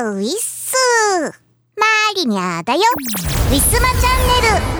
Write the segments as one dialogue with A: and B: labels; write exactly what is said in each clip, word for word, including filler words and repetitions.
A: ウィッスーマリニャだよ。ウィスマチャンネル。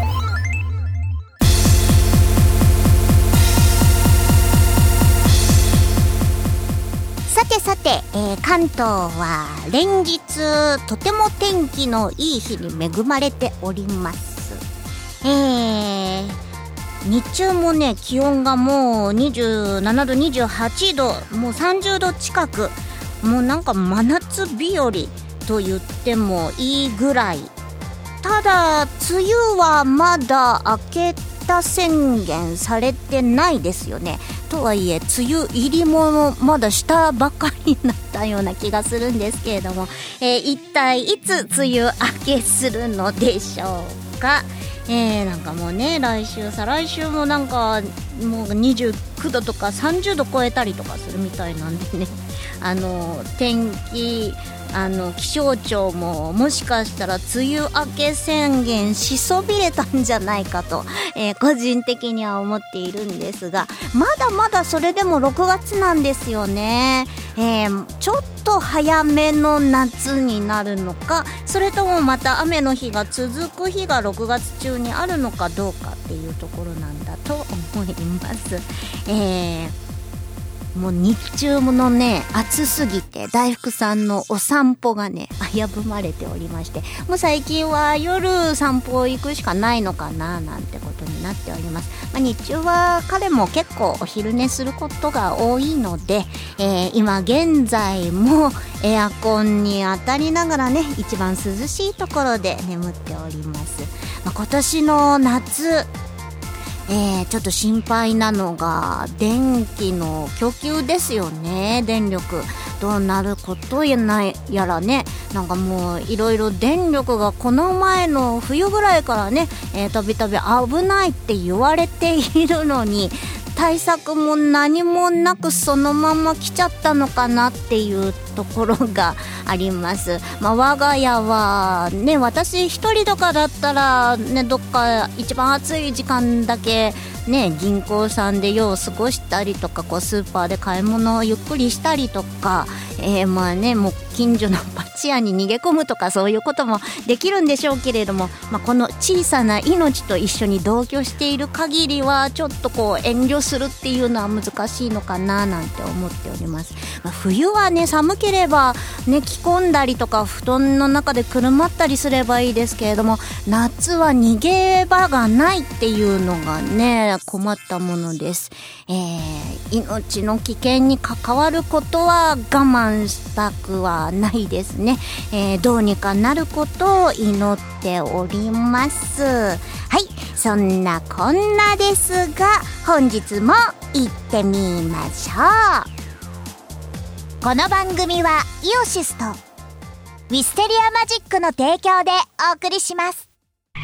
A: さてさて、えー、関東は連日とても天気のいい日に恵まれております。えー、日中もね気温がもうにじゅうななどにじゅうはちど、もうさんじゅうど近く、もうなんか真夏日和と言ってもいいぐらい。ただ梅雨はまだ明けた宣言されてないですよね。とはいえ梅雨入りもまだしたばかりになったような気がするんですけれども、えー、一体いつ梅雨明けするのでしょうか。えー、なんかもうね来週再来週もなんかもうにじゅうきゅうどとかさんじゅうど超えたりとかするみたいなんでね、あの天気あの気象庁ももしかしたら梅雨明け宣言しそびれたんじゃないかと、えー、個人的には思っているんですが、まだまだそれでもろくがつなんですよね。えー、ちょっと早めの夏になるのか、それともまた雨の日が続く日がろくがつ中にあるのかどうかっていうところなんだと思います。えーもう日中のね暑すぎて大福さんのお散歩がね危ぶまれておりまして、もう最近は夜散歩行くしかないのかななんてことになっております。まあ、日中は彼も結構お昼寝することが多いので、えー、今現在もエアコンに当たりながらね一番涼しいところで眠っております。まあ、今年の夏えー、ちょっと心配なのが電気の供給ですよね。電力どうなることやないやらね、なんかもういろいろ電力がこの前の冬ぐらいからね、えー、たびたび危ないって言われているのに対策も何もなくそのまま来ちゃったのかなっていうところがあります。まあ、我が家はね私一人とかだったらねどっか一番暑い時間だけね銀行さんで夜を過ごしたりとか、こうスーパーで買い物をゆっくりしたりとか、えー、まあねもう近所のパチ屋に逃げ込むとかそういうこともできるんでしょうけれども、まあ、この小さな命と一緒に同居している限りはちょっとこう遠慮するっていうのは難しいのかななんて思っております。まあ、冬はね寒ければね着込んだりとか布団の中でくるまったりすればいいですけれども、夏は逃げ場がないっていうのがね困ったものです。えー、命の危険に関わることは我慢したくはないですね。えー、どうにかなることを祈っております。はい、そんなこんなですが本日も行ってみましょう。この番組はイオシスとウィステリアマジックの提供でお送りします。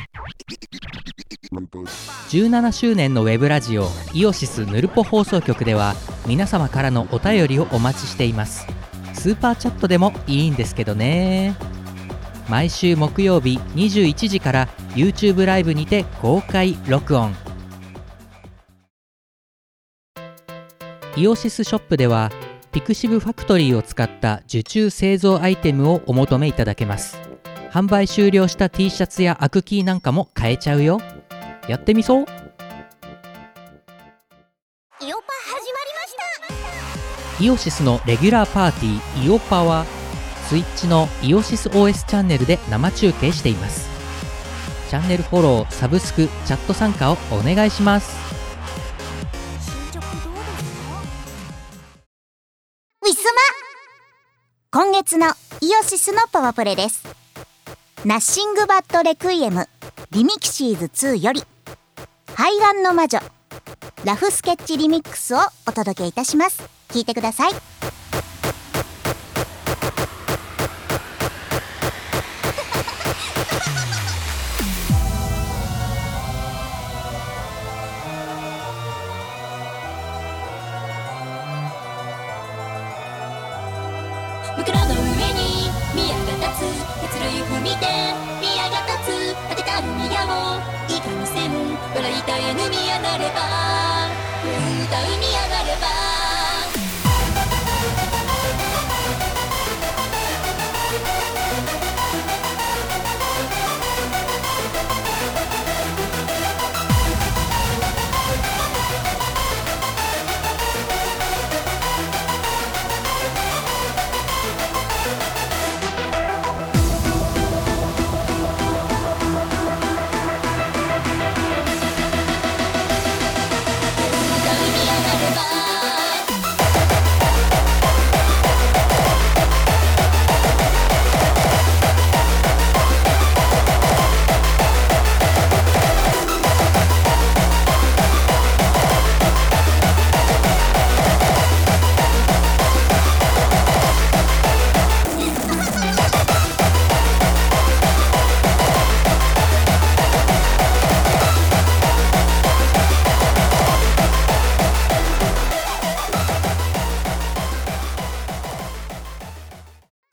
B: じゅうななしゅうねんのウェブラジオイオシスヌルポ放送局では皆様からのお便りをお待ちしています。スーパーチャットでもいいんですけどね。毎週木曜日にじゅういちじから YouTube ライブにて公開録音。イオシスショップではピクシブファクトリーを使った受注製造アイテムをお求めいただけます。販売終了した T シャツやアクキーなんかも買えちゃうよ。やってみそう。
A: イオパ始まりました。
B: イオシスのレギュラーパーティーイオパはスイッチのイオシス オーエス チャンネルで生中継しています。チャンネルフォロー、サブスク、チャット参加をお願いします。
A: 進捗どうですか？ウィスマ、今月のイオシスのパワプレです。ナッシングバッドレクイエムリミキシーズツーより廃岸の魔女ラフスケッチリミックスをお届けいたします。聞いてください。
C: 袋の上に宮が立つ鉄類踏みで宮が立つ当てたる宮をいかにせん笑いたえぬ宮なれば歌う宮なれば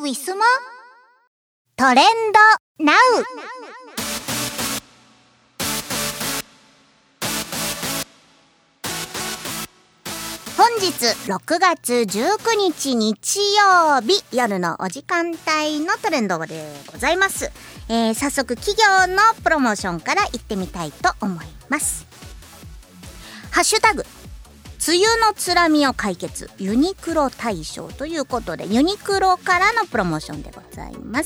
A: ウィスマトレンドナウ。本日ろくがつじゅうくにち日曜日夜のお時間帯のトレンドでございます。えー、早速企業のプロモーションから行ってみたいと思います。ハッシュタグ梅雨のつらみを解決ユニクロ大賞ということで、ユニクロからのプロモーションでございます。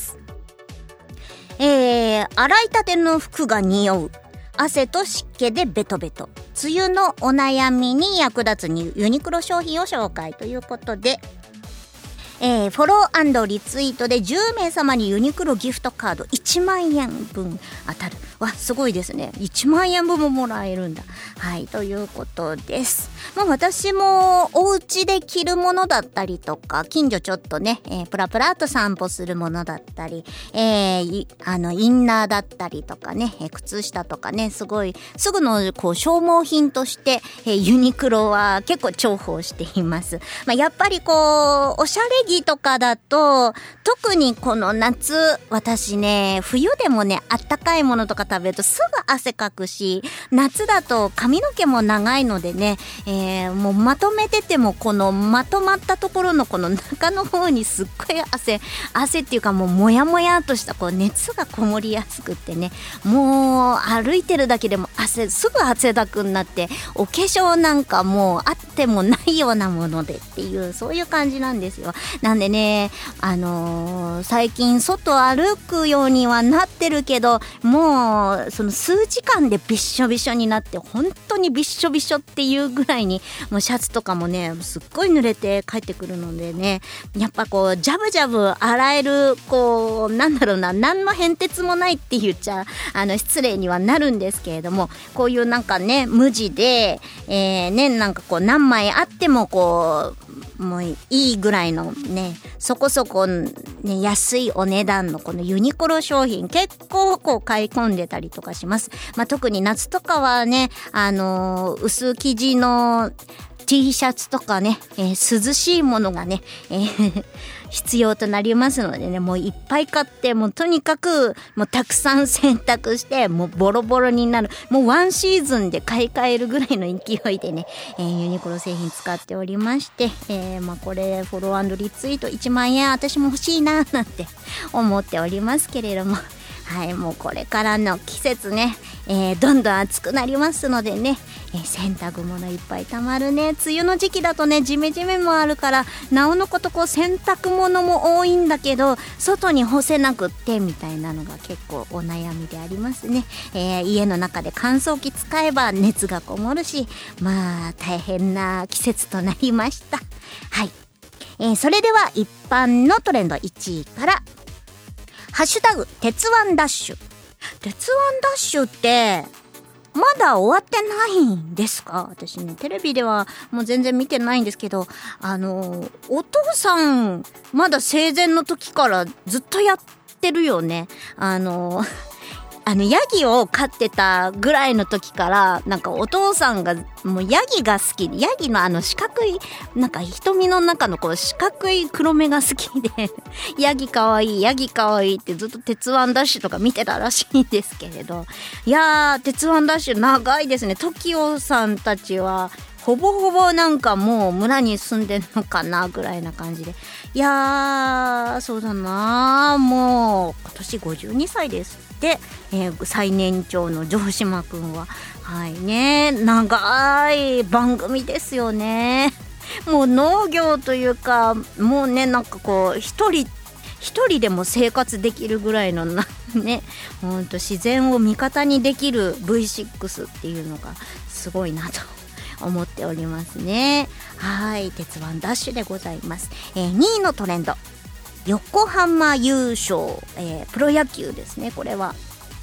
A: えー、洗いたての服が匂う、汗と湿気でベトベト、梅雨のお悩みに役立つユニクロ商品を紹介ということで、えー、フォロー&リツイートでじゅうめいさまにユニクロギフトカードいちまんえんぶん当たる。わ、すごいですね。いちまんえんぶんももらえるんだ。はい、ということです。まあ私もお家で着るものだったりとか、近所ちょっとね、えー、プラプラと散歩するものだったり、えー、あのインナーだったりとかね、えー、靴下とかね、すごいすぐのこう消耗品として、えー、ユニクロは結構重宝しています。まあやっぱりこうおしゃれ着とかだと、特にこの夏、私ね、冬でもね、あったかいものとか食べるとすぐ汗かくし、夏だと髪の毛も長いのでね、えー、もうまとめててもこのまとまったところのこの中の方にすっごい汗、汗っていうかもうもやもやっとしたこう熱がこもりやすくってね、もう歩いてるだけでも汗、すぐ汗だくになって、お化粧なんかもうあってもないようなものでっていう、そういう感じなんですよ。なんでね、あのー、最近外歩くようにはなってるけど、もうその数時間でびっしょびしょになって、本当にびっしょびしょっていうぐらいに、もうシャツとかもねすっごい濡れて帰ってくるのでね、やっぱこうジャブジャブ洗える、こうなんだろうな、何の変哲もないって言っちゃあの失礼にはなるんですけれども、こういうなんかね無地で、えー、ねなんかこう何枚あってもこうもういいぐらいのね、そこそこ、ね、安いお値段のこのユニクロ商品結構こう買い込んでたりとかします。まあ、特に夏とかはね、あのー、薄生地の T シャツとかね、えー、涼しいものがね、えー必要となりますのでね、もういっぱい買って、もうとにかくもうたくさん洗濯して、もうボロボロになる、もうワンシーズンで買い替えるぐらいの勢いでね、えー、ユニクロ製品使っておりまして、えー、まあこれフォロー&リツイートいちまんえん私も欲しいななんて思っておりますけれども、はい、もうこれからの季節ね、えー、どんどん暑くなりますのでね、えー、洗濯物いっぱいたまるね。梅雨の時期だとね、ジメジメもあるから、なおのことこう洗濯物も多いんだけど、外に干せなくってみたいなのが結構お悩みでありますね。えー、家の中で乾燥機使えば熱がこもるし、まあ大変な季節となりました。はい、えー、それでは一般のトレンドいちいからハッシュタグ鉄腕ダッシュ。鉄腕ダッシュってまだ終わってないんですか？私ね、テレビではもう全然見てないんですけど、あのお父さんまだ生前の時からずっとやってるよね。あのあのヤギを飼ってたぐらいの時から、なんかお父さんがもうヤギが好きで、ヤギのあの四角いなんか瞳の中のこう四角い黒目が好きでヤギかわいいヤギかわいいってずっと鉄腕ダッシュとか見てたらしいんですけれど、いやー鉄腕ダッシュ長いですね。トキオさんたちはほぼほぼなんかもう村に住んでんのかなぐらいな感じで、いやーそうだなー、もう今年ごじゅうにさいですで、えー、最年長の城島くんははいね、長い番組ですよね。もう農業というか、もうねなんかこう一人一人でも生活できるぐらいのなね、ほんと自然を味方にできる ブイシックス っていうのがすごいなと思っておりますね。はい、鉄腕ダッシュでございます。えー、にいのトレンド、横浜優勝、えー、プロ野球ですね。これは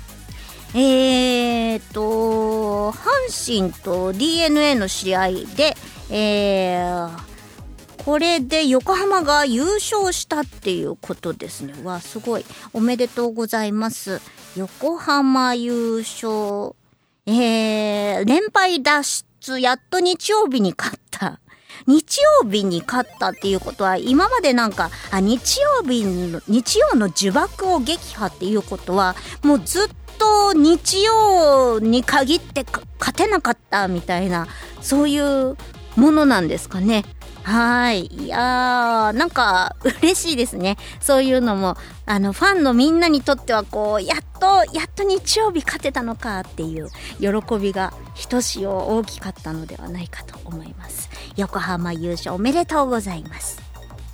A: えーと阪神と ディーエヌエー の試合で、えー、これで横浜が優勝したっていうことですね。わ、すごい、おめでとうございます。横浜優勝、えー、連敗脱出、やっと日曜日に勝った。 日曜日に勝ったっていうことは、今までなんかあ日曜日の日曜の呪縛を撃破っていうことはもうずっと日曜に限って勝てなかったみたいな、そういうものなんですかね。はい。いやー、なんか嬉しいですね。そういうのも、あの、ファンのみんなにとっては、こう、やっと、やっと日曜日勝てたのかっていう喜びがひとしお大きかったのではないかと思います。横浜優勝おめでとうございます。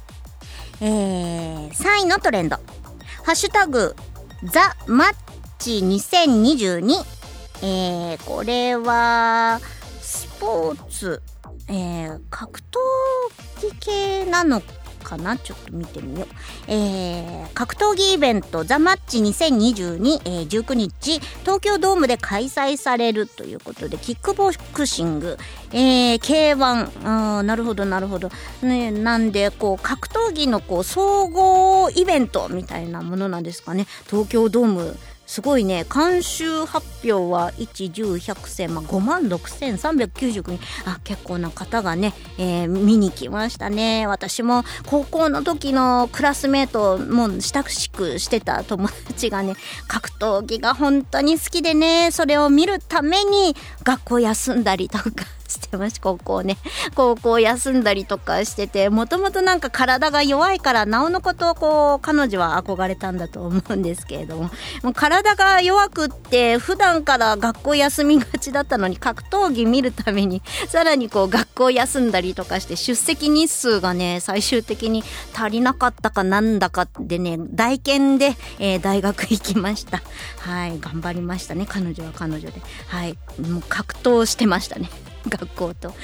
A: えー、さんいのトレンド。ハッシュタグ、ザ・マッチにせんにじゅうに。えー、これは、スポーツ、えー、格闘技系なのかな、ちょっと見てみよう。えー、格闘技イベントザ・マッチにせんにじゅうに、えー、じゅうくにち東京ドームで開催されるということで、キックボクシング、えー、ケーワン、あ、なるほどなるほど、ね、なんでこう格闘技のこう総合イベントみたいなものなんですかね。東京ドームすごいね。監修発表はいち、じゅう、ひゃく、せん、まあ、ごまんろくせんさんびゃくきゅうじゅうきゅうにん、あ、結構な方がね、えー、見に来ましたね。私も高校の時のクラスメートも親しくしてた友達がね、格闘技が本当に好きでね、それを見るために学校休んだりとかしてました。高校ね、高校休んだりとかしてて、もともとなんか体が弱いから、なおのことをこう彼女は憧れたんだと思うんですけれども、もう体が弱くって普段から学校休みがちだったのに、格闘技見るためにさらにこう学校休んだりとかして、出席日数がね最終的に足りなかったかなんだかでね、代検で、えー、大学行きました。はい、頑張りましたね。彼女は彼女で、はい、もう格闘してましたね、学校と。はい、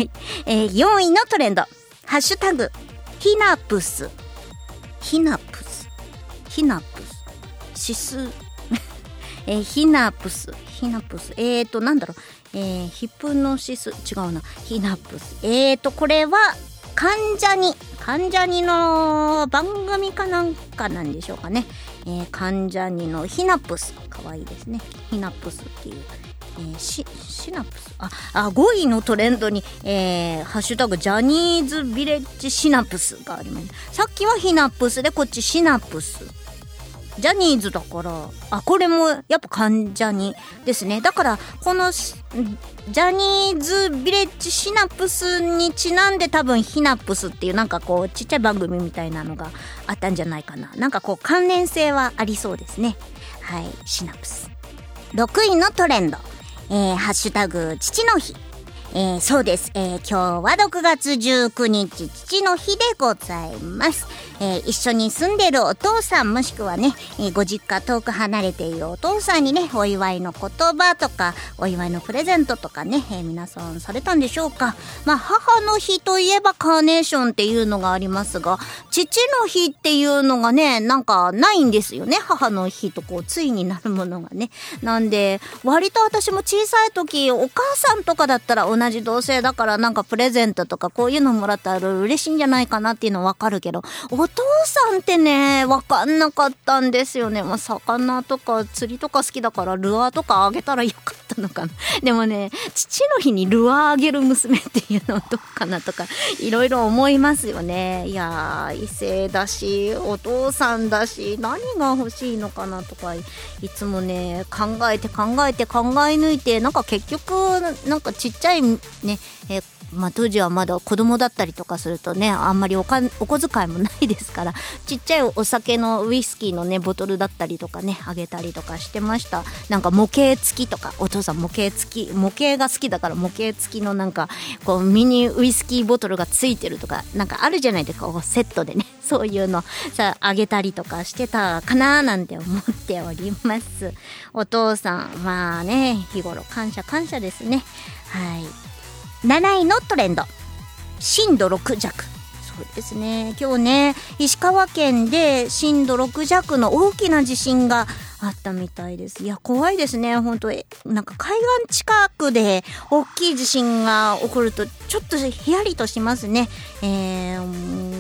A: えー、よんいのトレンド。ハッシュタグ、ヒナプス。ヒナプス。ヒナプス。指数。えー、ヒナプス。ヒナプス。えーと、なんだろう。えー、ヒプノシス。違うな。ヒナプス。えーと、これは、関ジャニ。関ジャニの番組かなんかなんでしょうかね。えー、関ジャニのヒナプス。かわいいですね。ヒナプスっていう。えー、シ, シナプスああごいのトレンドに、えー、ハッシュタグジャニーズビレッジシナプスがあります。さっきはヒナプスで、こっちシナプス。ジャニーズだから、あ、これもやっぱ関ジャニですね。だからこのジャニーズビレッジシナプスにちなんで、多分ヒナプスっていうなんかこうちっちゃい番組みたいなのがあったんじゃないかな。なんかこう関連性はありそうですね。はい、シナプス。ろくいのトレンド。えー、ハッシュタグ父の日。えー、そうです、えー、今日はろくがつじゅうくにち父の日でございます。えー、一緒に住んでるお父さん、もしくはね、えー、ご実家遠く離れているお父さんにね、お祝いの言葉とかお祝いのプレゼントとかね、えー、皆さんされたんでしょうか。まあ母の日といえばカーネーションっていうのがありますが、父の日っていうのがね、なんかないんですよね。母の日とこうついになるものがね。なんで割と私も小さい時、お母さんとかだったら同じ同性だからなんかプレゼントとかこういうのもらったら嬉しいんじゃないかなっていうのはわかるけど、お父さんってねわかんなかったんですよね。まあ、魚とか釣りとか好きだからルアーとかあげたらよかったのかな。でもね、父の日にルアーあげる娘っていうのはどうかなとかいろいろ思いますよね。いやー、異性だしお父さんだし何が欲しいのかなとかいつもね考えて考えて考え抜いて、なんか結局なんかちっちゃいね、えーまあ、当時はまだ子供だったりとかするとね、あんまりおかお小遣いもないですから、ちっちゃいお酒のウイスキーのねボトルだったりとかねあげたりとかしてました。なんか模型付きとか、お父さん模型付き、模型が好きだから模型付きのなんかこうミニウイスキーボトルが付いてるとかなんかあるじゃないですか、こうセットでね、そういうのさあげたりとかしてたかななんて思っております。お父さんまあね、日頃感謝感謝ですね。はい、なないのトレンド、震度ろくじゃく。そうですね、今日ね石川県で震度ろくじゃくの大きな地震があったみたいです。いや怖いですね、本当。なんか海岸近くで大きい地震が起こるとちょっとヒヤリとしますね。えー、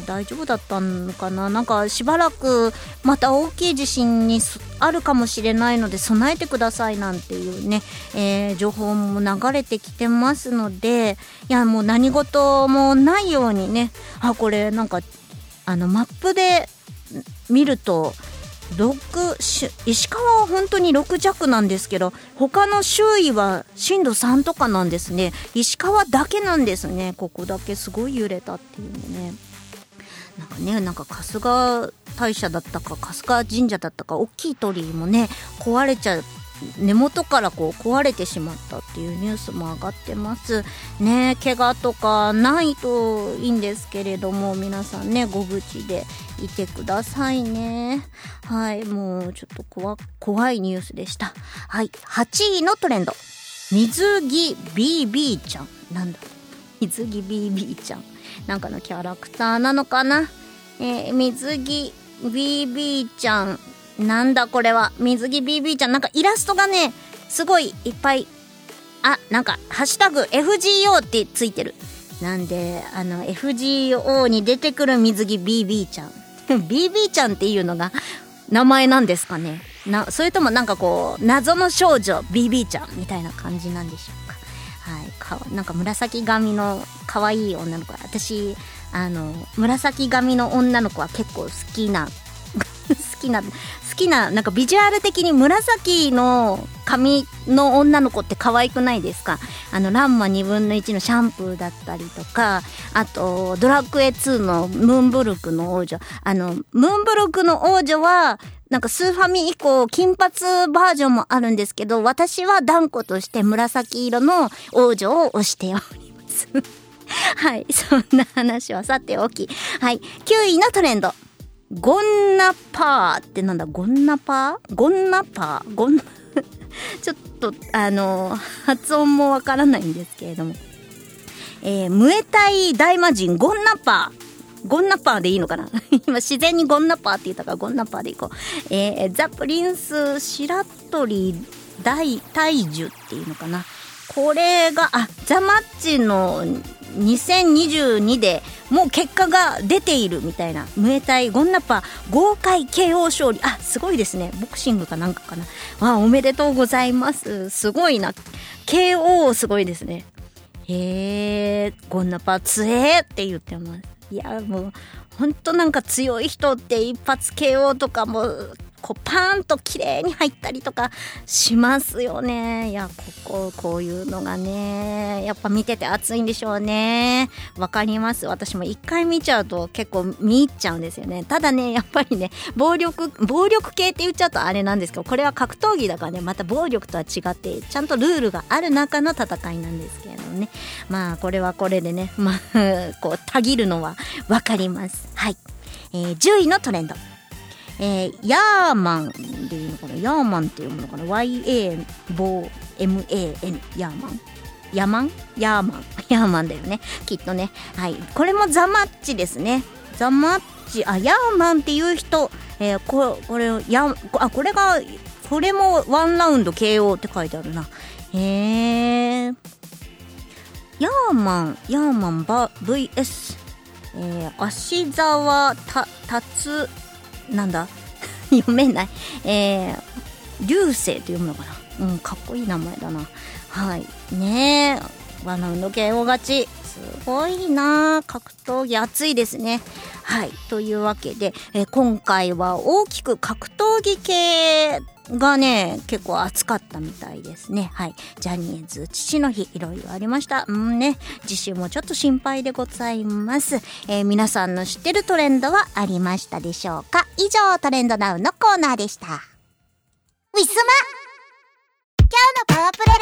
A: 大丈夫だったのかな。なんかしばらくまた大きい地震にあるかもしれないので備えてくださいなんていうね、えー、情報も流れてきてますので、いやもう何事もないようにね。あ、これなんかあのマップで見るとろく石川は本当にろく弱なんですけど、他の周囲は震度さんとかなんですね。石川だけなんですね。ここだけすごい揺れたっていうね。なんかね、なんか春日大社だったか春日神社だったか大きい鳥居もね壊れちゃう、根元からこう壊れてしまったっていうニュースも上がってますね。怪我とかないといいんですけれども、皆さんねご無事でいてくださいね。はい、もうちょっと怖怖いニュースでした。はい、はちいのトレンド、水着 ビービー ちゃん。なんだ水着 ビービー ちゃん、なんかのキャラクターなのかな。えー、水着 ビービー ちゃん、なんだこれは。水着 ビービー ちゃん、なんかイラストがねすごいいっぱい、あ、なんかハッシュタグ エフジーオー ってついてる。なんであの エフジーオー に出てくる水着 ビービー ちゃんビービー ちゃんっていうのが名前なんですかね。な、それともなんかこう謎の少女 ビービー ちゃんみたいな感じなんでしょうか。はい、かなんか紫髪の可愛い女の子、私あの紫髪の女の子は結構好きな好きな好きななんかビジュアル的に紫の髪の女の子って可愛くないですか。あのランマにぶんのいちのシャンプーだったりとか、あとドラクエツーのムーンブルクの王女、あのムーンブルクの王女はなんかスーファミ以降金髪バージョンもあるんですけど、私は断固として紫色の王女を推しておりますはい、そんな話はさておき、はい、きゅういのトレンド、ゴンナパーってなんだ、ゴンナパーゴンナパーゴンちょっとあの発音もわからないんですけれども、えー、ムエタイ大魔神ゴンナパー、ゴンナパーでいいのかな今自然にゴンナパーって言ったからゴンナパーでいこう。えー、ザ・プリンス白鳥大大樹っていうのかな。これがあザ・マッチのにせんにじゅうにでもう結果が出ているみたいな。ムエタイゴンナパー豪快 ケーオー 勝利。あ、すごいですね。ボクシングかなんかかな。あ、おめでとうございます。すごいな。ケーオー すごいですね。へー、ゴンナパー強えって言ってます。いやもうほんとなんか強い人って一発 ケーオー とかもこうパーンと綺麗に入ったりとかしますよね。いやこここういうのがねやっぱ見てて熱いんでしょうね。わかります。私も一回見ちゃうと結構見入っちゃうんですよね。ただねやっぱりね暴力暴力系って言っちゃうとあれなんですけど、これは格闘技だからねまた暴力とは違ってちゃんとルールがある中の戦いなんですけれどもね、まあこれはこれでねまあこうたぎるのはわかります。はい、えー、じゅういのトレンド、えー、ヤーマンでいいのかな。ヤーマンっていうものかな。 ワイエー ボー エムエーエヌ ヤーマンヤマンヤーマンヤーマンだよねきっとね。はい、これもザマッチですね。ザマッチ、あ、ヤーマンっていう人、えー、こ, これやあこれがこれもワンラウンド ケーオー って書いてあるな。へー、ヤーマンヤーマンバ ブイエス、えー、芦沢たたつなんだ読めない、えー、流星というものかな。うん、かっこいい名前だな。はいねえ、ワンラウンド ケーオー 勝ち、すごいな。格闘技熱いですね。はい、というわけで、えー、今回は大きく格闘技系がね結構熱かったみたいですね。はい、ジャニーズ父の日いろいろありました。うんね、次週もちょっと心配でございます。えー、皆さんの知ってるトレンドはありましたでしょうか。以上トレンドナウのコーナーでした。ウィスマ今日のパワプレ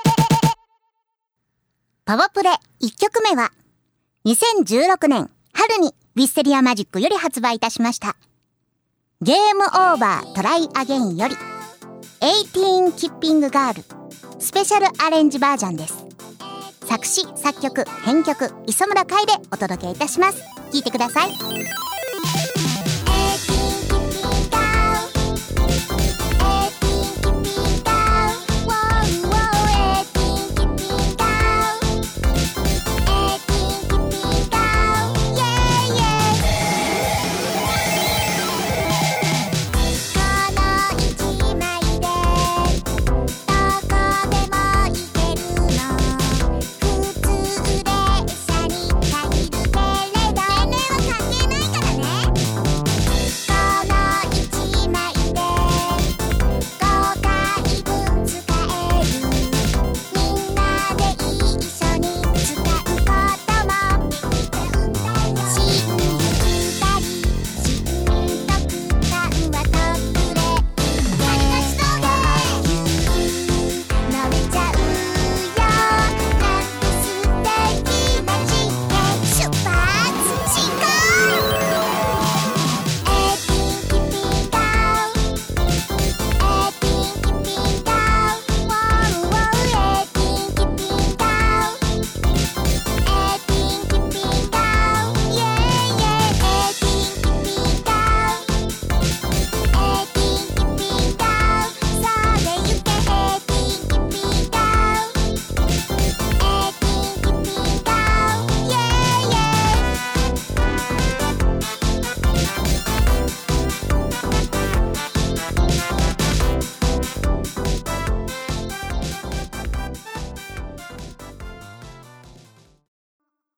A: パワプレいっきょくめはにせんじゅうろくねん春にウィステリアマジックより発売いたしましたゲームオーバートライアゲインよりエイティーンキッピングガールスペシャルアレンジバージョンです。作詞作曲編曲磯村海でお届けいたします。聴いてください。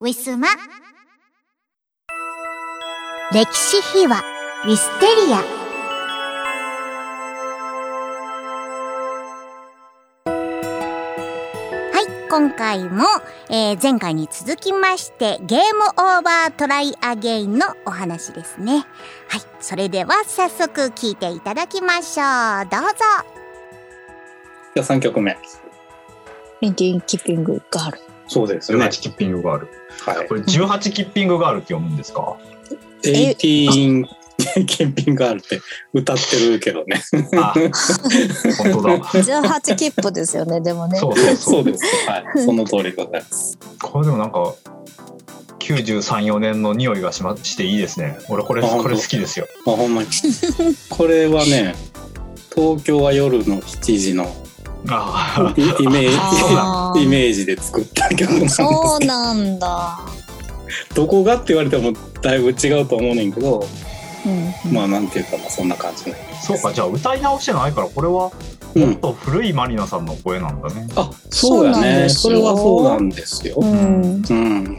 A: ウィスマ歴史秘話ウィステリア。はい、今回も、えー、前回に続きましてゲームオーバートライアゲインのお話ですね。はい、それでは早速聞いていただきましょう。どうぞ。
D: じゃあさんきょくめ。
E: エイティーンキッピングガール。
D: そうですね。
F: じゅうはちキッピングガール。
D: はい。
F: これじゅうはちキッピングガールって読むんですか？
D: エイティーンキッピングガールって歌ってるけどね。
F: あ、本当だ。
E: じゅうはち切符ですよね、でもね。
F: そうそうそう。
D: そうです。はい。その通りでございます。
F: これでもなんかきゅうじゅうさん、よねんの匂いがしましていいですね。俺これこれ好きですよ。
D: あ、ほんまに。これはね、東京は夜のしちじの
F: あ
D: イメージ
E: あー
D: イメージで作った曲なんですけど。
E: そうなんだ。
D: どこがって言われてもだいぶ違うと思うねんけど、
E: うんうん、
D: まあなんていうかまあそんな感じね。
F: そうか、じゃあ歌い直してないからこれはもっと古いマリナさんの声なんだね。
D: あ、そうやね。そ
E: そうなんですよ
D: れはそうなんですよ。
E: うん
D: うん。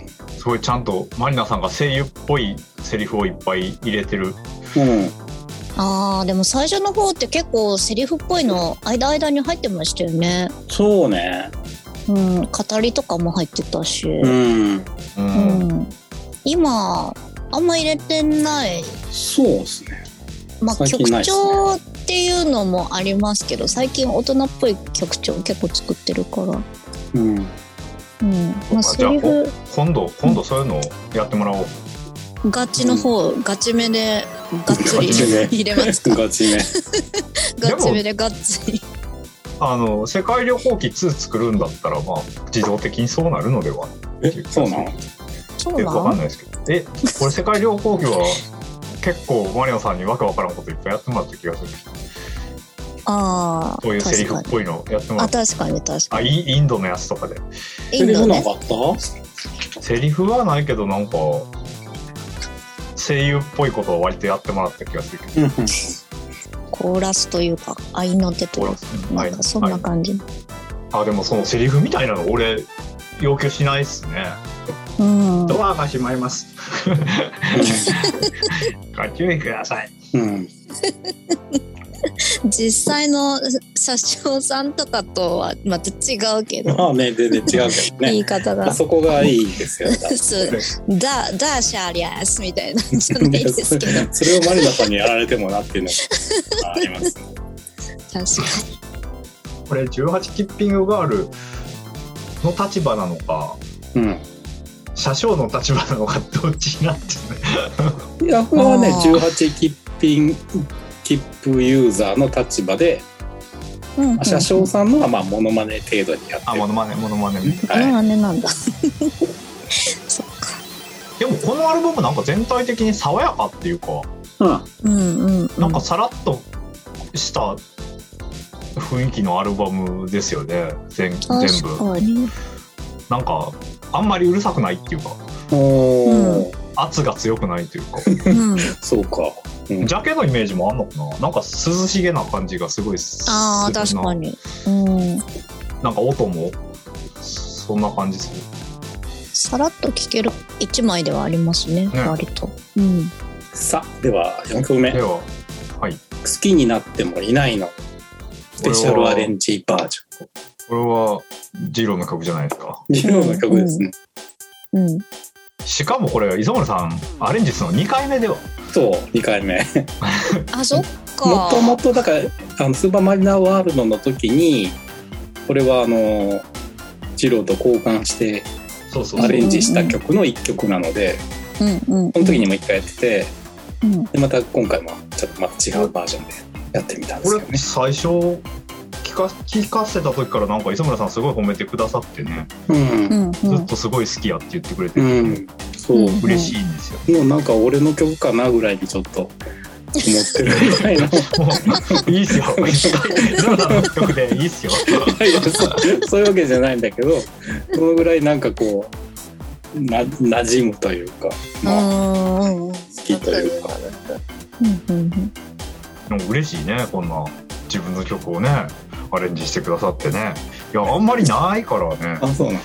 F: すごいちゃんとマリナさんが声優っぽいセリフをいっぱい入れてる。
D: うん。
E: あーでも最初の方って結構セリフっぽいの間間に入ってましたよね。
D: そうね。
E: うん、語りとかも入ってたし、
D: うん。
F: うん
E: うん今あんま入れてない。
D: そうですね。
E: まあ
D: 最近
E: 曲
D: ないっすね
E: 調っていうのもありますけど、最近大人っぽい曲調結構作ってるから、
D: うん。
E: うんまあ、
F: じゃあ
E: セリフ
F: 今度今度そういうのをやってもらおう。
E: ガチの方、うん、ガチめでがっつり
D: ガチめ
E: 入れますか？
D: ガチね。
E: ガチめでがっつり。
F: あの世界旅行記ツー作るんだったらまあ自動的にそうなるのではっていう
D: え、そうなの？
E: そう
F: よくわかん
E: な
F: ないですけど、えこれ世界旅行記は結構マリオさんにわけわからんこといっぱいやってもらった気がする。
E: ああ
F: そういうセリフっぽいのやってもら
E: あ
F: った。
E: 確かに確か
F: あ、
E: に
F: イインドのやつとかで
D: セリフな
E: インドね
D: かった？
F: セリフはないけどなんか声優っぽいことを割とやってもらった気がするけど。
D: うん。
E: コーラスというか愛の手というか
F: うん
E: なんかそんな感じ、
F: あ、でもそのセリフみたいなの俺要求しないっすね。
E: うん
F: ドアが閉まります。ご注意ください。
D: うん。
E: 実際の車掌さんとかとはまた違うけど、
D: まあね、全然違うけど
E: 言い
D: ね。
E: 方が
D: あそこがいいですよ。
E: そうダダーシャーリアスみたいなんじゃないですけど
D: それをマリナさんにやられてもなっていうのがあります。
E: 確か
F: これじゅうはちキッピングガールの立場なのか
D: うん。
F: 車掌の立場なのかどっちになってる。
D: いや、これはね
E: あー、
D: じゅうはちキッピング切符ユーザーの立場で、
E: に、うんうん、
D: 車掌さんのはまあモノマネ程度にやって
F: あ、
D: る。
F: モノマネモノマネね。
D: はい。
E: あれなんだそっか。
F: でもこのアルバムなんか全体的に爽やかっていうか、
D: うん。
E: うんうんうん、
F: なんかさらっとした雰囲気のアルバムですよね。全全
E: 確
F: 部
E: かに
F: なんかあんまりうるさくないっていうか、
D: おー、
F: 圧が強くないというか、
E: うん
D: そうか。うん、
F: ジャケのイメージもあんのかな。なんか涼しげな感じがすごいす
E: ああ
F: するな。
E: 確かに、うん、
F: なんか音もそんな感じする。
E: さらっと聴ける一枚ではありますね、
F: ね
E: 割と、うん、
D: さあ、ではよんきょくめ。
F: では、はい。
D: 好きになってもいないの。スペシャルアレンジバージョン。
F: これはジローの曲じゃないですか。
D: ジローの曲ですね。
E: うん、
F: しかもこれ磯村さんアレンジするのにかいめでは。
D: そう、にかいめ。
E: あそっか
D: もともとだからあのスーパーマリナワールドの時にこれはあのジローと交換して
F: そうそうそう。
D: アレンジした曲のいっきょくなので、
E: うんうん、
D: その時にもいっかいやってて、
E: うん、
D: でまた今回もちょっとまた違うバージョンでやってみたんで
F: こ
D: すよね。
F: れ最初聞か聞かせた時からなんか磯村さんすごい褒めてくださってね、
D: うん、
E: うんうん、
F: ずっとすごい好きやって言ってくれて、
D: うん、そう、
E: うん
F: 嬉しいんですよ。
D: もうなんか俺の曲かなぐらいにちょっと思ってるぐらいの。
F: もういいっすよ。磯村さんの曲でいいっすよ。
D: いやそそういうわけじゃないんだけど、そのぐらいなんかこうな馴染むというか、まあ、
E: うん
D: 好きというか。
E: うんうん
F: でも嬉しいね、こんな自分の曲をねアレンジしてくださってね。いやあんまりないからね。
D: あ、そうな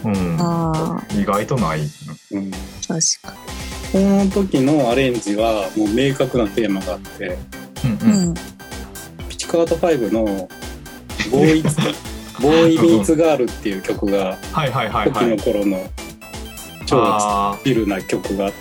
F: うん、
E: あ
F: 意外とない、
D: うん、
E: 確か
D: この時のアレンジはもう明確なテーマがあって、
F: うんうん、
D: ピチカートファイブのボーイボーイミーツガールっていう曲が初期の頃の超チルな曲があって、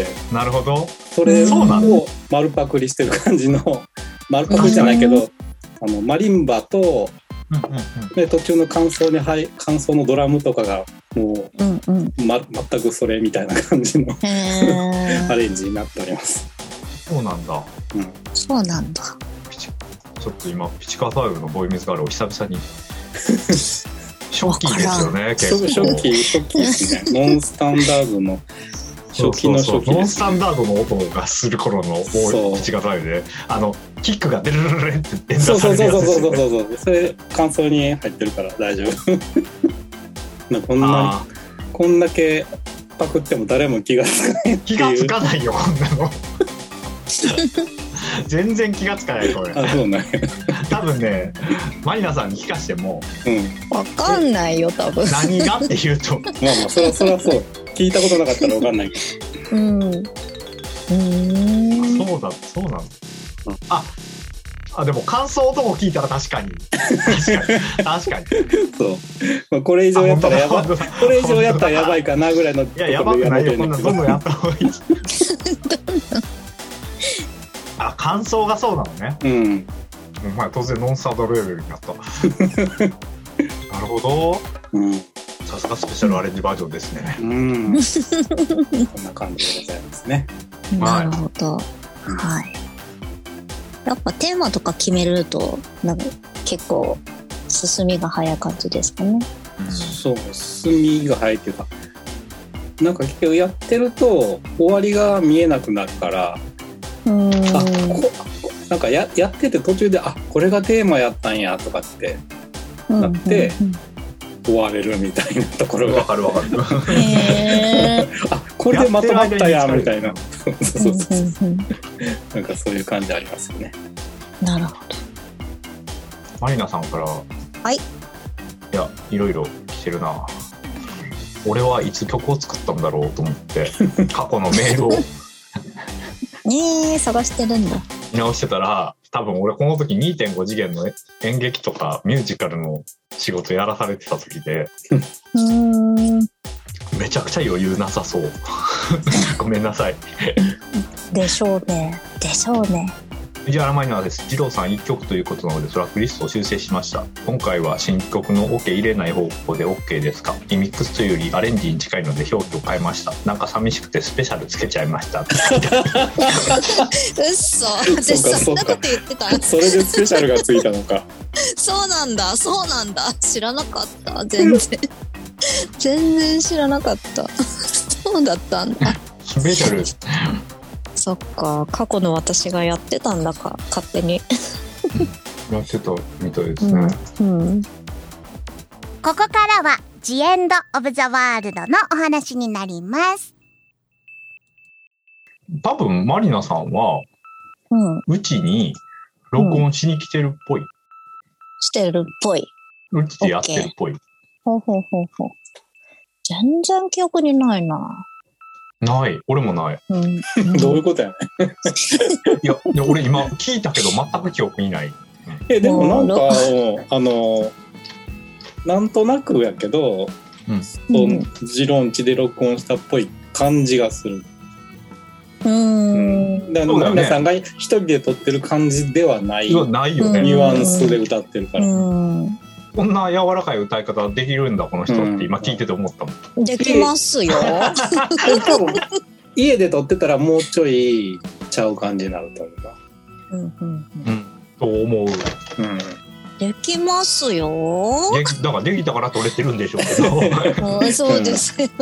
F: なるほど、
D: それを丸パクリしてる感じの丸パクリじゃないけど、あのマリンバと、うんうんうん、で途中の間奏に入間奏のドラムとかがもう、うんうんま、全くそれみたいな感じのアレンジになっております。
F: そうなんだ、
E: うん、そうなんだ。
F: ちょっと今ピチカーファイブのボーイミーツガールを久々に初期ですよね。結構
D: 初期初期ですね。ノンスタンダードの初期の初期です、ね、そうそうそう、
F: ノンスタンダードの音がする頃のピチカーファイブで、あのキックがデルルルルって連打されるやつですよね。そうそうそうそうそう、それ間奏に入ってるから大丈夫。こんなにこんだけパクっても誰も気がつかないっていう。気がつかないよこんなの。全然気がつかないこれ。
D: あ、そうね。
F: 多分ね、マリナさんに聞かしても、
E: うん、わかんないよ多分。
F: 何がって言うと、
D: まあまあそりゃそりゃそう。聞いたことなかったらわかんないけど。うん。
E: うー
F: ん。そうだそうなんだ。あ。あ、でも感想とも聞いたら確かに確かに確かに
D: そう、まあ、これ以上やったらやばい、これ以上やったらやばいかなぐらいの。い
F: ややばくないよ、こんなどんどんやった方がいい。あ、感想がそうなのね。
D: うん、
F: お前突然ノンスタートレベルになった。なるほど、
D: うん、
F: さすがスペシャルアレンジバージョンですね。
D: うん、こんな感じでございますね。
E: なるほど、はい、やっぱテーマとか決めるとなんか結構進みが早い感じですかね。
D: うん、そう、進みが早いっていうか、なんか結局やってると終わりが見えなくなるから、
E: うーん、
D: あこなんか や, やってて途中であこれがテーマやったんやとかってなって、うんうんうん、終われるみたいなところが
F: わかるわかる。
E: へ
D: あこれでまとまったやみたいな。そうそうそう、うんうんうん、なんかそういう感じありますよね。
E: なるほど。
F: マリナさんから、はい、いやいろいろ来てるな。俺はいつ曲を作ったんだろうと思って過去のメールを
E: えー、探してるんだ。
F: 見直してたら、多分俺この時 にてんご 次元の演劇とかミュージカルの仕事やらされてた時で
E: うーん、
F: めちゃくちゃ余裕なさそう。ごめんなさい。
E: でしょうね。でしょうね。
F: 藤原マイナーです。二郎さんいっきょくということなのでトラックリストを修正しました。今回は新曲の OK 入れない方向で OK ですか。リミックスというよりアレンジに近いので表記を変えました。なんか寂しくてスペシャルつけちゃいました。うっ
E: そ、私そんなこと言ってた。
D: それでスペシャルがついたのか。
E: そうなんだ、そうなんだ。知らなかった。全然全然知らなかった。そうだったんだ。
F: スペシャル。
E: そっか、過去の私がやってたんだか、勝手に。
F: やってたみたいですね。
E: うんうん、
A: ここからは The End of the World のお話になります。
F: 多分マリナさんは、うち、ん、に録音しに来てるっぽい。うん、
E: してるっぽい。
F: うちでやってるっぽい。
E: ほうほうほうほう。全然記憶にないな。
F: ない、俺もない。
E: うん、
D: どういうことやね
F: いや、いや俺今聞いたけど全く記憶にない。
D: えでもなんかあのなんとなくやけど、
F: うん、
D: その自論地で録音したっぽい感じがする。
E: うーん。
D: だから皆さんが一人で撮ってる感じではない。
F: ないよね。
D: ニュアンスで歌ってるから。
E: うん、
F: こんな柔らかい歌い方できるんだこの人って今聞いてて思ったもん。
E: できますよ。
D: 多分家で撮ってたらもうちょいちゃう感じになると思うな。
E: うんうんうん。
F: うんと思う。うん。
E: できますよ。
F: でだからできたから撮れてるんでしょうけど。
E: あ、そうですよ。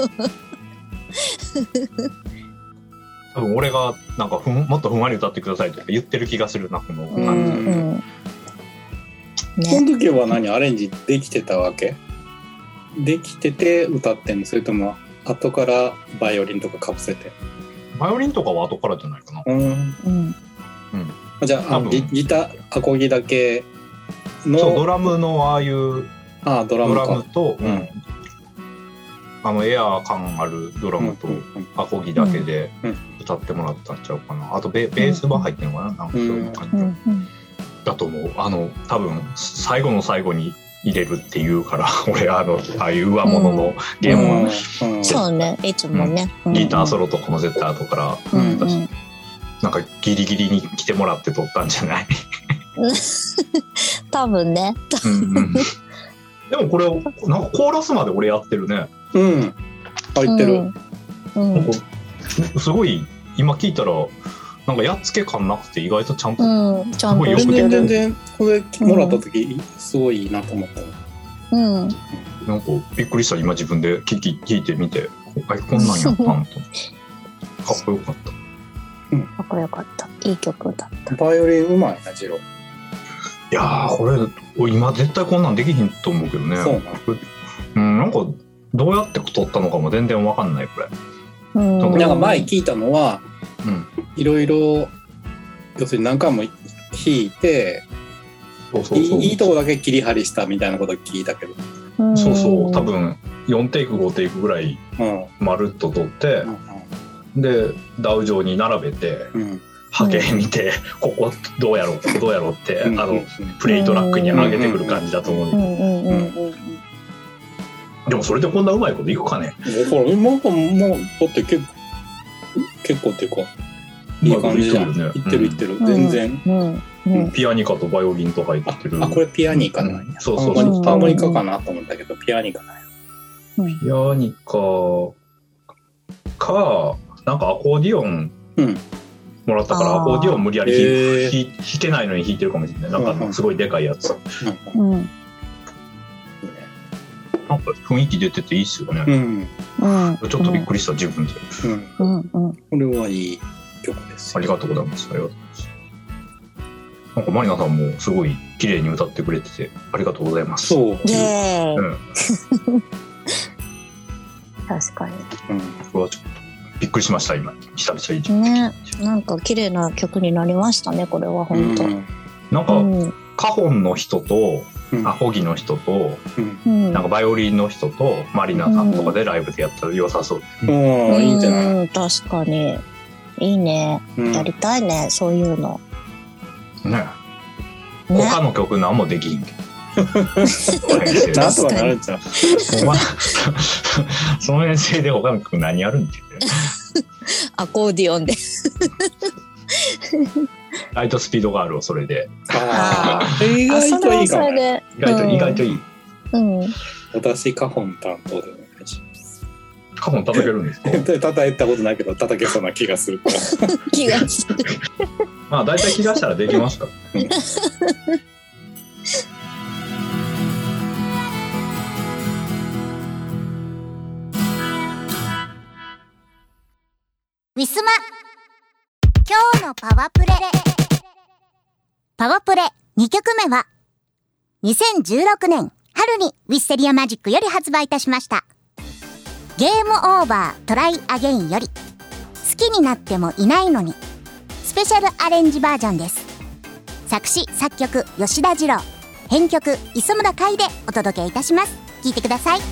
F: 多分俺がなんかふんもっとふんわり歌ってくださいとか言ってる気がするなこの感じ。うんうん
D: ね、その時は何アレンジできてたわけ？できてて歌ってんの？それとも後からバイオリンとかかぶせて？
F: バイオリンとかは後からじゃないかな。
D: うん。うんうん、じゃあ、あギ、ギターアコギだけの。そうド
F: ラムのああいう
D: あドラムか
F: ドラムと、うん、 あのエアー感あるドラムとアコギだけで歌ってもらったんちゃうかな。あと ベ, ベース版入ってるのかな、なんかそういう感じ、うんうん、だと思う。あの多分最後の最後に入れるっていうから俺あのああいう上物のゲームを、
E: うんうん、そうねいつもね、
F: うん、ギターソロとこの絶対後から、うんうん、なんかギリギリに来てもらって撮ったんじゃない
E: 多分ね、
F: うんうん、でもこれなんかコーラスまで俺やってるね。
D: うん入ってる、
E: うんうん、
F: すごい今聞いたらなんかやっつけ感なくて意外とちゃんと、
E: うん、ちゃんと
F: よく
D: 全然全然これもらった時すごいいいなと思った。
E: うん、
F: なんかびっくりした今自分で聞き聞いてみてこんなんやったんとかっこよかった、
E: うん、かっこよかったいい曲だった。
D: バイオリンうまいなジロー。
F: いやーこれ今絶対こんなんできひんと思うけどね。
D: そうな、
F: うん、なんかどうやって撮ったのかも全然わかんないこれ。
E: うん、
D: なんか前聞いたのは、うん、いろいろ要するに何回も弾いて
F: そうそうそう
D: い, いいとこだけ切り張りしたみたいなこと聞いたけど、
E: うん、
F: そうそう多分よんテイクごテイクぐらいまるっと撮って、うん、でダウ上に並べて、うん、波形見て、うん、ここどうやろうここどうやろうって、うん、あのプレイトラックに上げてくる感じだと思う。でもそれでこんなうまいこといくかね。
D: ほら今もうだって結構結構っていうかいい感じじゃん。いってるいってる、うん、全然、
E: うんうん、
F: ピアニカとバイオリンとかいってる。
D: あ, あこれピアニカなんや、うん、そうそうそうハーモニカかなと思ったけどピアニカなんや、
F: うん、ピアニカかなんかアコーディオンもらったから、うん、アコーディオン無理やり弾けないのに弾いてるかもしれない。なんかすごいでかいやつ、
E: うんうん
F: なんか雰囲気出てていいっすよね、
E: うんうん、
F: ちょっとびっくりした自分で、
E: うんうん、
D: これはいい曲です。
F: ありがとうございます。ありがとうございます。なんかマリナさんもすごい綺麗に歌ってくれててありがとうございます。
D: そう、
E: イエーイ、うん、確かに、
F: うん、これはちょっとびっくりしました今久々に、
E: ね、なんか綺麗な曲になりましたねこれは本当、うん、
F: なんか、うん、カホンの人とアコギの人と、うん、なんかバイオリンの人とマリナさんとかでライブでやったら良さそう、
D: うんうん、いいんじゃない。
E: うん確かにいいね、うん、やりたいねそういうの
F: ね。ね他の曲何もできひんけど
D: なんとかなるんちゃう
F: お前その編成で他の曲何やるんって言って
E: アコーディオンで
F: ライトスピードガールをそれで
D: あ意外といいかも、ね、
F: 意外と、うん、意外といい、
E: うん、
D: 私カホン担当でお願いします。
F: カホン叩けるんですか
D: 叩いたことないけど叩けそうな気がするから
E: 気がする
F: まあ大体気がしたらできますから、うん
A: ウィスマ今日のパワプレパワプレにきょくめはにせんじゅうろくねん春にウィステリアマジックより発売いたしましたゲームオーバートライアゲインより好きになってもいないのにスペシャルアレンジバージョンです。作詞作曲吉田二郎編曲磯村海でお届けいたします。聴いてください。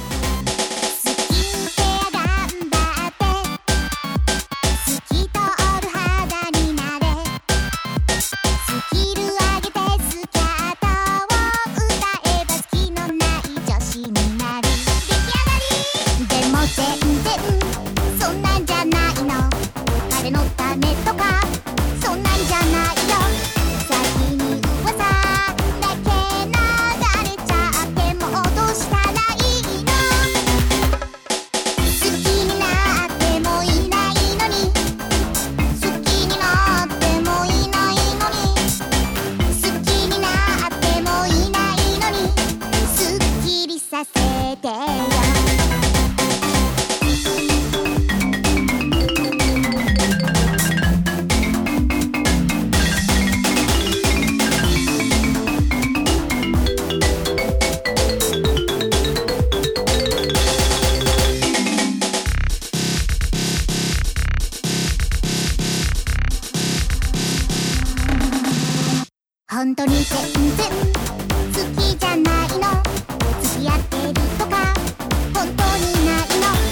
A: 本当に全然好きじゃないの付き合ってるとか本当にないの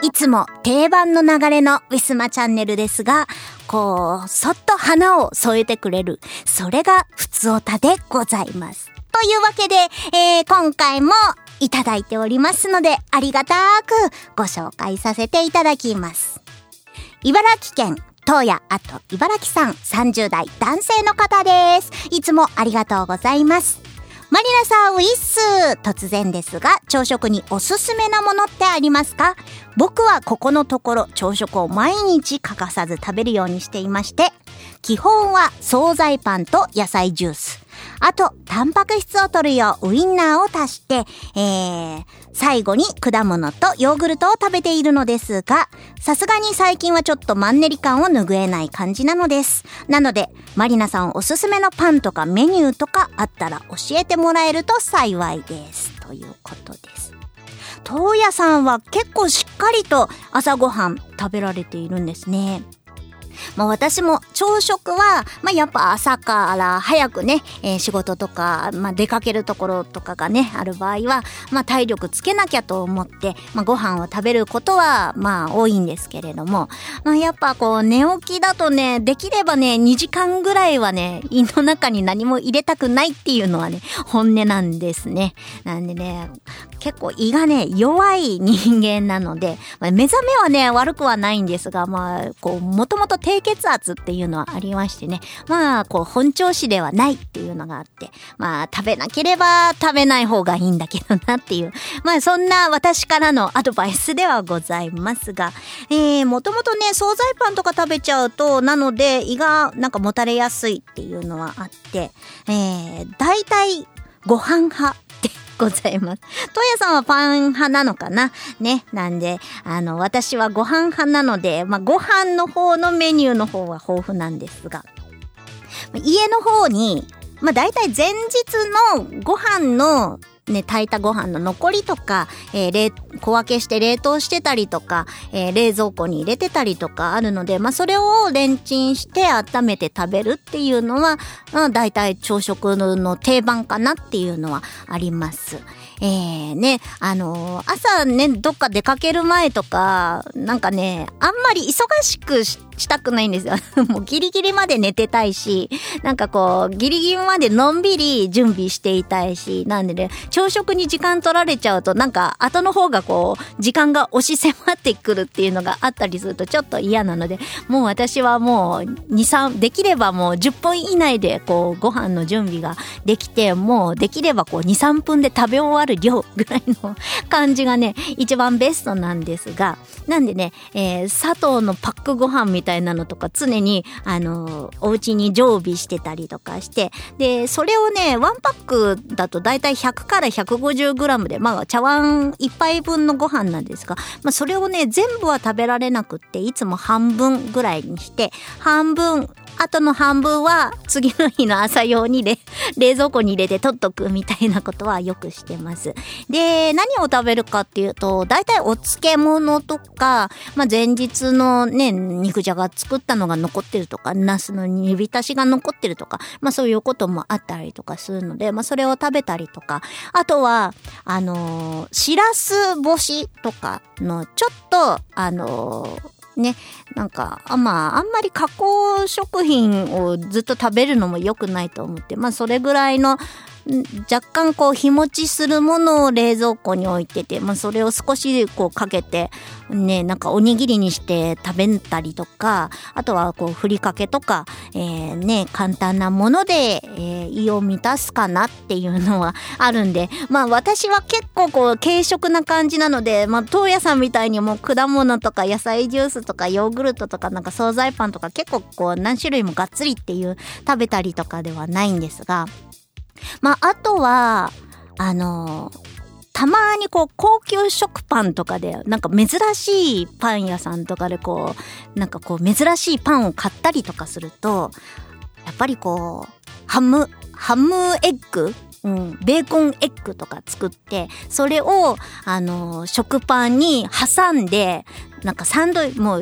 A: いつも定番の流れのウィスマチャンネルですが、こう、そっと花を添えてくれる、それがふつおたでございます。というわけで、えー、今回もいただいておりますので、ありがたくご紹介させていただきます。茨城県東谷あと茨城さん、さんじゅう代男性の方です。いつもありがとうございます。マリナさん、ウィッス。突然ですが、朝食におすすめなものってありますか？僕はここのところ朝食を毎日欠かさず食べるようにしていまして、基本は惣菜パンと野菜ジュース。あと、タンパク質を取るようウインナーを足して、えー、最後に果物とヨーグルトを食べているのですが、さすがに最近はちょっとマンネリ感を拭えない感じなのです。なので、マリナさんおすすめのパンとかメニューとかあったら教えてもらえると幸いです。ということです。東谷さんは結構しっかりと朝ごはん食べられているんですね。まあ私も朝食は、まあやっぱ朝から早くね、えー、仕事とか、まあ出かけるところとかがね、ある場合は、まあ体力つけなきゃと思って、まあご飯を食べることは、まあ多いんですけれども、まあやっぱこう寝起きだとね、できればね、にじかんぐらいはね、胃の中に何も入れたくないっていうのはね、本音なんですね。なんでね、結構胃がね、弱い人間なので、まあ、目覚めはね、悪くはないんですが、まあ、こう、もともと低血圧っていうのはありましてね、まあ、こう、本調子ではないっていうのがあって、まあ、食べなければ食べない方がいいんだけどなっていう、まあ、そんな私からのアドバイスではございますが、えー、もともとね、惣菜パンとか食べちゃうと、なので、胃がなんかもたれやすいっていうのはあって、えー、大体、ご飯派ってございます。東谷さんはパン派なのかなね。なんで、あの、私はご飯派なので、まあ、ご飯の方のメニューの方は豊富なんですが、家の方に、まあ、大体前日のご飯のね、炊いたご飯の残りとか、えー、冷、小分けして冷凍してたりとか、えー、冷蔵庫に入れてたりとかあるので、まあ、それをレンチンして温めて食べるっていうのは、まあ、大体朝食の定番かなっていうのはあります。えー、ね、あのー、朝ね、どっか出かける前とか、なんかね、あんまり忙しくししたくないんですよ。もうギリギリまで寝てたいし、なんかこう、ギリギリまでのんびり準備していたいし、なんでね、朝食に時間取られちゃうと、なんか後の方がこう、時間が押し迫ってくるっていうのがあったりするとちょっと嫌なので、もう私はもう、に、さん、できればもうじゅっぷん以内でこう、ご飯の準備ができて、もうできればこう、に、さんぷんで食べ終わる量ぐらいの感じがね、一番ベストなんですが、なんでね、えー、砂糖のパックご飯みたいなみたいなのとか常にあのお家に常備してたりとかして、でそれをねワンパックだとだいたいひゃくからひゃくごじゅうグラムで、まあ茶碗一杯分のご飯なんですが、まあ、それをね全部は食べられなくって、いつも半分ぐらいにして、半分あとの半分は次の日の朝用に冷蔵庫に入れて取っとくみたいなことはよくしてます。で、何を食べるかっていうと、だいたいお漬物とか、まあ、前日のね、肉じゃが作ったのが残ってるとか、ナスの煮浸しが残ってるとか、まあそういうこともあったりとかするので、まあそれを食べたりとか、あとは、あのー、しらす干しとかのちょっと、あのー、ね、なんか、あ、まあ、あんまり加工食品をずっと食べるのも良くないと思って、まあ、それぐらいの、若干こう日持ちするものを冷蔵庫に置いてて、まあ、それを少しこうかけてね、なんかおにぎりにして食べたりとか、あとはこうふりかけとか、えー、ね、簡単なもので、えー、胃を満たすかなっていうのはあるんで、まあ私は結構こう軽食な感じなので、まあ東谷さんみたいにもう果物とか野菜ジュースとかヨーグルトとかなんか惣菜パンとか結構こう何種類もがっつりっていう食べたりとかではないんですが、まあ、あとは、あのー、たまにこう、高級食パンとかで、なんか珍しいパン屋さんとかでこう、なんかこう、珍しいパンを買ったりとかすると、やっぱりこう、ハム、ハムエッグうん、ベーコンエッグとか作って、それを、あのー、食パンに挟んで、なんかサンドイもう、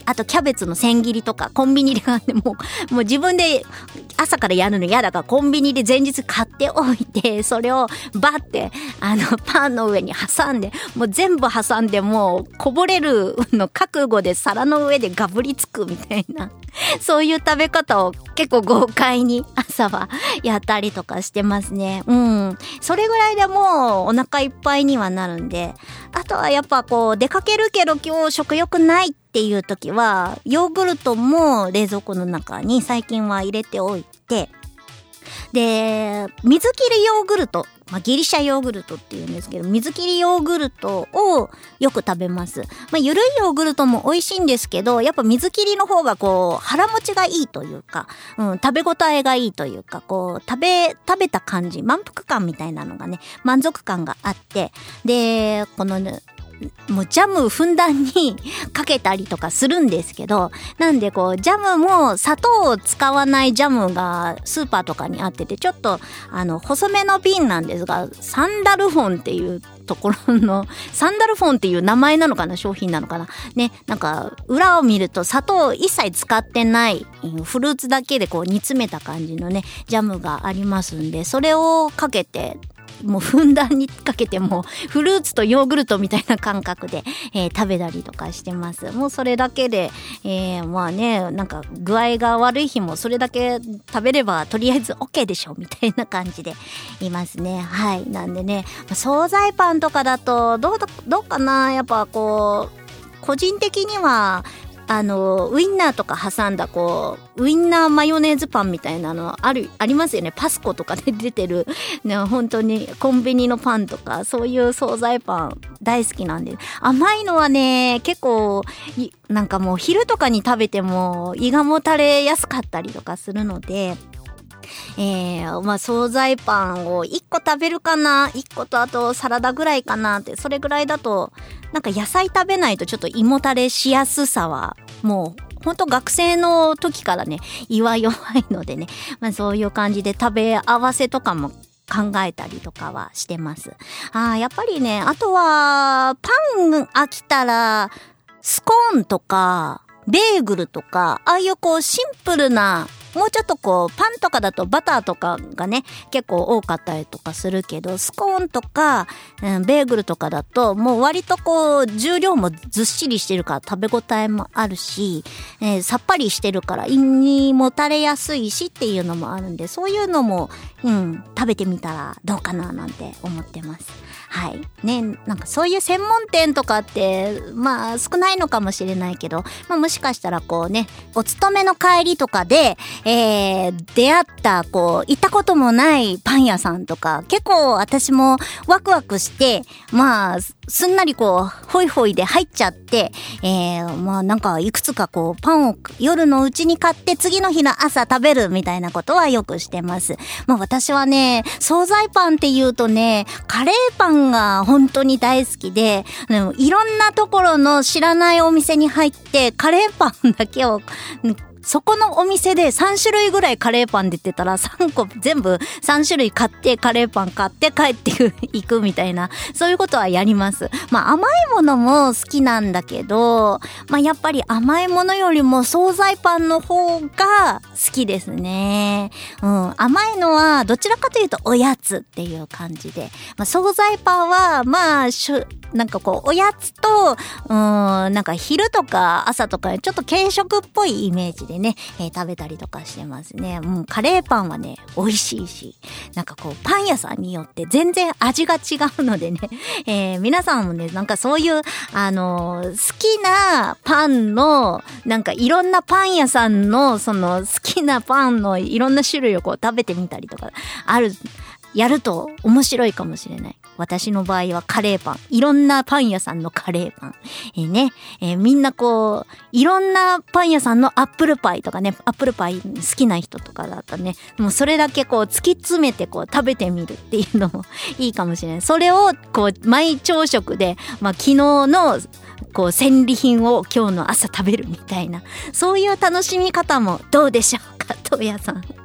A: あとキャベツの千切りとかコンビニで買ってもう、もう自分で朝からやるの嫌だからコンビニで前日買っておいて、それをバッてあのパンの上に挟んで、もう全部挟んでもうこぼれるの覚悟で皿の上でガブリつくみたいな、そういう食べ方を結構豪快に朝はやったりとかしてますね。うん。それぐらいでもうお腹いっぱいにはなるんで、あとはやっぱこう出かけるけど今日食欲ないっていう時はヨーグルトも冷蔵庫の中に最近は入れておいて、で水切りヨーグルト、まあ、ギリシャヨーグルトっていうんですけど、水切りヨーグルトをよく食べます。まあ、ゆるいヨーグルトも美味しいんですけど、やっぱ水切りの方がこう腹持ちがいいというか、うん、食べ応えがいいというか、こう食べ食べた感じ、満腹感みたいなのがね、満足感があって、でこのねもうジャムふんだんにかけたりとかするんですけど、なんでこうジャムも砂糖を使わないジャムがスーパーとかにあってて、ちょっとあの細めの瓶なんですが、サンダルフォンっていうところのサンダルフォンっていう名前なのかな、商品なのかなね、なんか裏を見ると砂糖を一切使ってないフルーツだけでこう煮詰めた感じのねジャムがありますんで、それをかけてもうふんだんにかけてもフルーツとヨーグルトみたいな感覚で、えー、食べたりとかしてます。もうそれだけで、えー、まあね、なんか具合が悪い日もそれだけ食べればとりあえず OK でしょみたいな感じでいますね。はい。なんでね、惣菜パンとかだとどうだ、どうかな、やっぱこう個人的にはあのウインナーとか挟んだこうウインナーマヨネーズパンみたいなのあるありますよね。パスコとかで出てるね、本当にコンビニのパンとかそういう惣菜パン大好きなんで、甘いのはね結構なんかもう昼とかに食べても胃がもたれやすかったりとかするので、えー、まあ惣菜パンをいっこ食べるかな、いっことあとサラダぐらいかなって、それぐらいだとなんか野菜食べないとちょっと胃もたれしやすさはもうほんと学生の時からね胃は弱いのでね、まあ、そういう感じで食べ合わせとかも考えたりとかはしてます。あー、やっぱりね、あとはパン飽きたらスコーンとかベーグルとか、ああいうこうシンプルな、もうちょっとこうパンとかだとバターとかがね結構多かったりとかするけど、スコーンとか、うん、ベーグルとかだともう割とこう重量もずっしりしてるから食べ応えもあるし、えー、さっぱりしてるから胃にもたれやすいしっていうのもあるんで、そういうのも、うん、食べてみたらどうかななんて思ってます。はいね、なんかそういう専門店とかってまあ少ないのかもしれないけど、まあ、もしかしたらこうねお勤めの帰りとかで、えー、出会ったこう行ったこともないパン屋さんとか結構私もワクワクしてまあすんなりこうホイホイで入っちゃって、えー、まあなんかいくつかこうパンを夜のうちに買って次の日の朝食べるみたいなことはよくしてます。まあ私はね惣菜パンって言うとねカレーパンが本当に大好きで、いろんなところの知らないお店に入ってカレーパンだけをそこのお店でさん種類ぐらいカレーパン出てたらさんこ全部さん種類買ってカレーパン買って帰っていくみたいな、そういうことはやります。まあ甘いものも好きなんだけど、まあやっぱり甘いものよりも惣菜パンの方が好きですね。うん、甘いのはどちらかというとおやつっていう感じで、まあ惣菜パンはまあしゅなんかこうおやつとうーんなんか昼とか朝とかちょっと軽食っぽいイメージでね、えー、食べたりとかしてますね。うん、カレーパンはね美味しいし、なんかこうパン屋さんによって全然味が違うのでね、えー、皆さんもねなんかそういうあのー、好きなパンのなんかいろんなパン屋さんのその好きなパンのいろんな種類をこう食べてみたりとかあるやると面白いかもしれない。私の場合はカレーパン。いろんなパン屋さんのカレーパン。えー、ね、えー、みんなこう、いろんなパン屋さんのアップルパイとかね、アップルパイ好きな人とかだったらね、もうそれだけこう突き詰めてこう食べてみるっていうのもいいかもしれない。それをこう、毎朝食で、まあ昨日のこう、戦利品を今日の朝食べるみたいな、そういう楽しみ方もどうでしょうか、東野さん。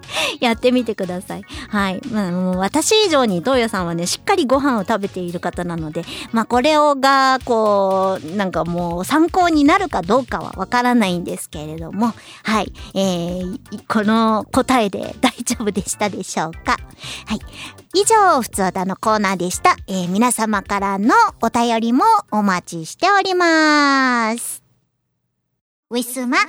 A: やってみてください。はい。まあ、もう私以上に東野さんはね、しっかりご飯を食べている方なので、まあこれをが、こう、なんかもう参考になるかどうかはわからないんですけれども、はい。えー、この答えで大丈夫でしたでしょうか。はい。以上、ふつおたのコーナーでした。えー、皆様からのお便りもお待ちしております。ウィスマ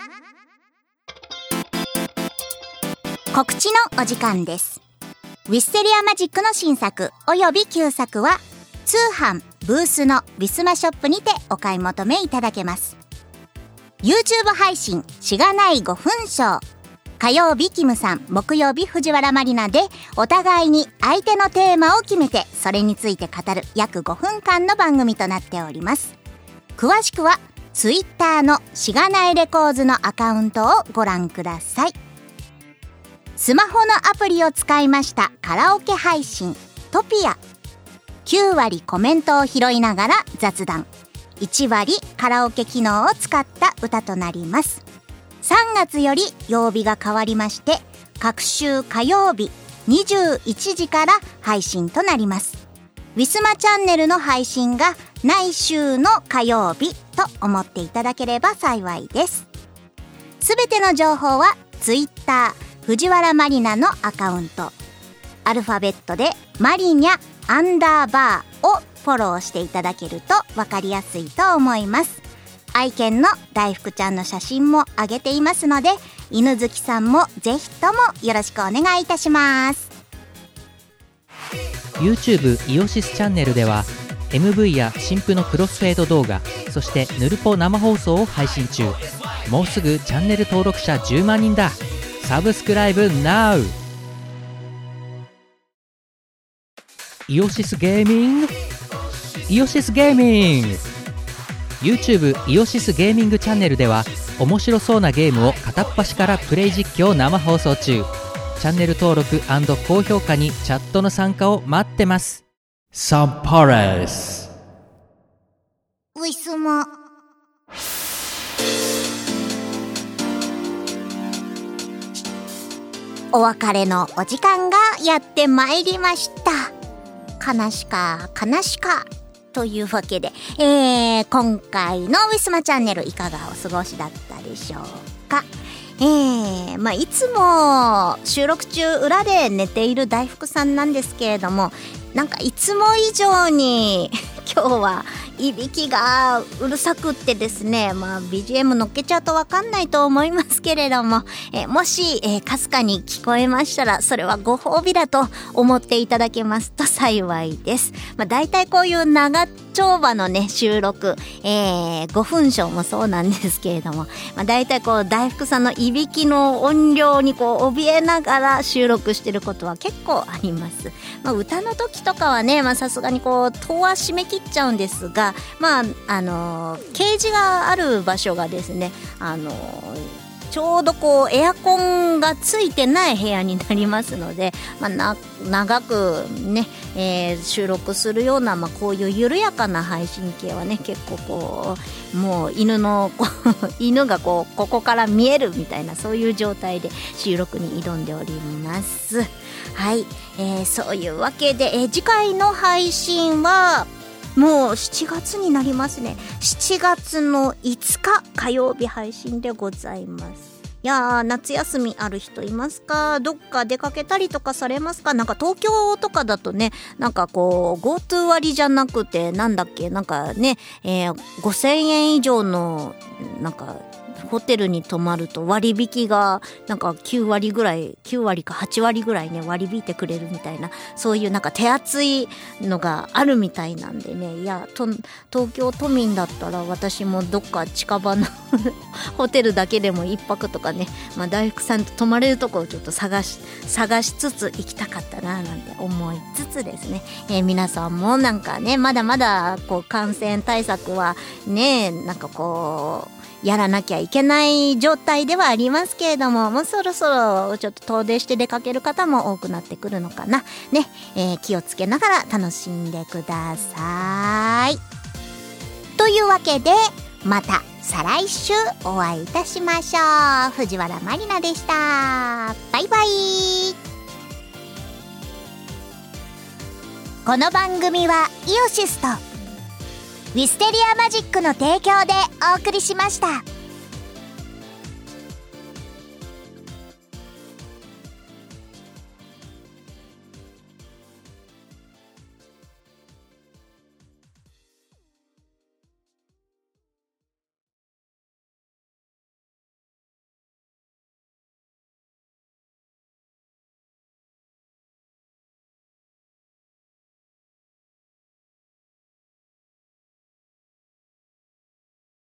A: 告知のお時間です。ウィステリアマジックの新作および旧作は通販ブースのウィスマショップにてお買い求めいただけます。 YouTube 配信しがないごふんショー、火曜日キムさん、木曜日藤原まりなでお互いに相手のテーマを決めてそれについて語る約ごふんかんの番組となっております。詳しくは Twitter のしがないレコーズのアカウントをご覧ください。スマホのアプリを使いましたカラオケ配信トピア、きゅうわりコメントを拾いながら雑談、いちわりカラオケ機能を使った歌となります。さんがつより曜日が変わりまして、各週火曜日にじゅういちじから配信となります。ウィスマチャンネルの配信が来週の火曜日と思っていただければ幸いです。すべての情報は Twitter藤原まりなのアカウント、アルファベットでマリニャアンダーバーをフォローしていただけると分かりやすいと思います。愛犬の大福ちゃんの写真も上げていますので、犬好きさんもぜひともよろしくお願いいたします。
B: YouTube イオシスチャンネルでは エムブイ や新婦のクロスフェード動画、そしてヌルポ生放送を配信中。もうすぐチャンネル登録者じゅうまんにんだ。サブスクライブ ナウ。 イオシスゲーミング、イオシスゲーミング YouTube イオシスゲーミングチャンネルでは面白そうなゲームを片っ端からプレイ実況生放送中。チャンネル登録&高評価にチャットの参加を待ってます。サンパレス
A: ウィスマお別れのお時間がやってまいりました。悲しか悲しかというわけで、えー、今回のウィスマチャンネルいかがお過ごしだったでしょうか。えー、まあいつも収録中裏で寝ている大福さんなんですけれども、なんかいつも以上に今日はいびきがうるさくってですね、まあ ビージーエム 乗っけちゃうとわかんないと思いますけれども、えー、もしかす、えー、かに聞こえましたらそれはご褒美だと思っていただけますと幸いです。まあ大体こういう長丁場のね収録、えー、ごふんショーもそうなんですけれども、まあ大体こう大福さんのいびきの音量にこう怯えながら収録してることは結構あります。まあ歌の時とかはね、まあさすがにこう戸は閉め切っちゃうんですが、まああのー、ケージがある場所がですね、あのーちょうどこうエアコンがついてない部屋になりますので、まあ、な長くね、えー、収録するような、まあ、こういう緩やかな配信系はね結構こうもう犬の犬がこうここから見えるみたいなそういう状態で収録に挑んでおります。はい、えー、そういうわけで、えー、次回の配信はもうしちがつになりますね。しちがつのいつか火曜日配信でございます。いやー、夏休みある人いますか？どっか出かけたりとかされますか？なんか東京とかだとね、なんかこう GoTo 割じゃなくてなんだっけ、なんかね、えー、ごせんえん以上のなんかホテルに泊まると割引がなんかきゅうわりぐらい、きゅうわりかはちわりぐらいね割り引いてくれるみたいな、そういうなんか手厚いのがあるみたいなんでね、いやと東京都民だったら私もどっか近場のホテルだけでも一泊とかね、まあ、大福さんと泊まれるとこをちょっと探し探しつつ行きたかったななんて思いつつですね、えー、皆さんもなんかねまだまだこう感染対策はねなんかこうやらなきゃいけない状態ではありますけれども、もうそろそろちょっと遠出して出かける方も多くなってくるのかなね、えー、気をつけながら楽しんでください。というわけでまた再来週お会いいたしましょう。藤原まりなでした。バイバイ。この番組はイオシスとウィステリアマジックの提供でお送りしました。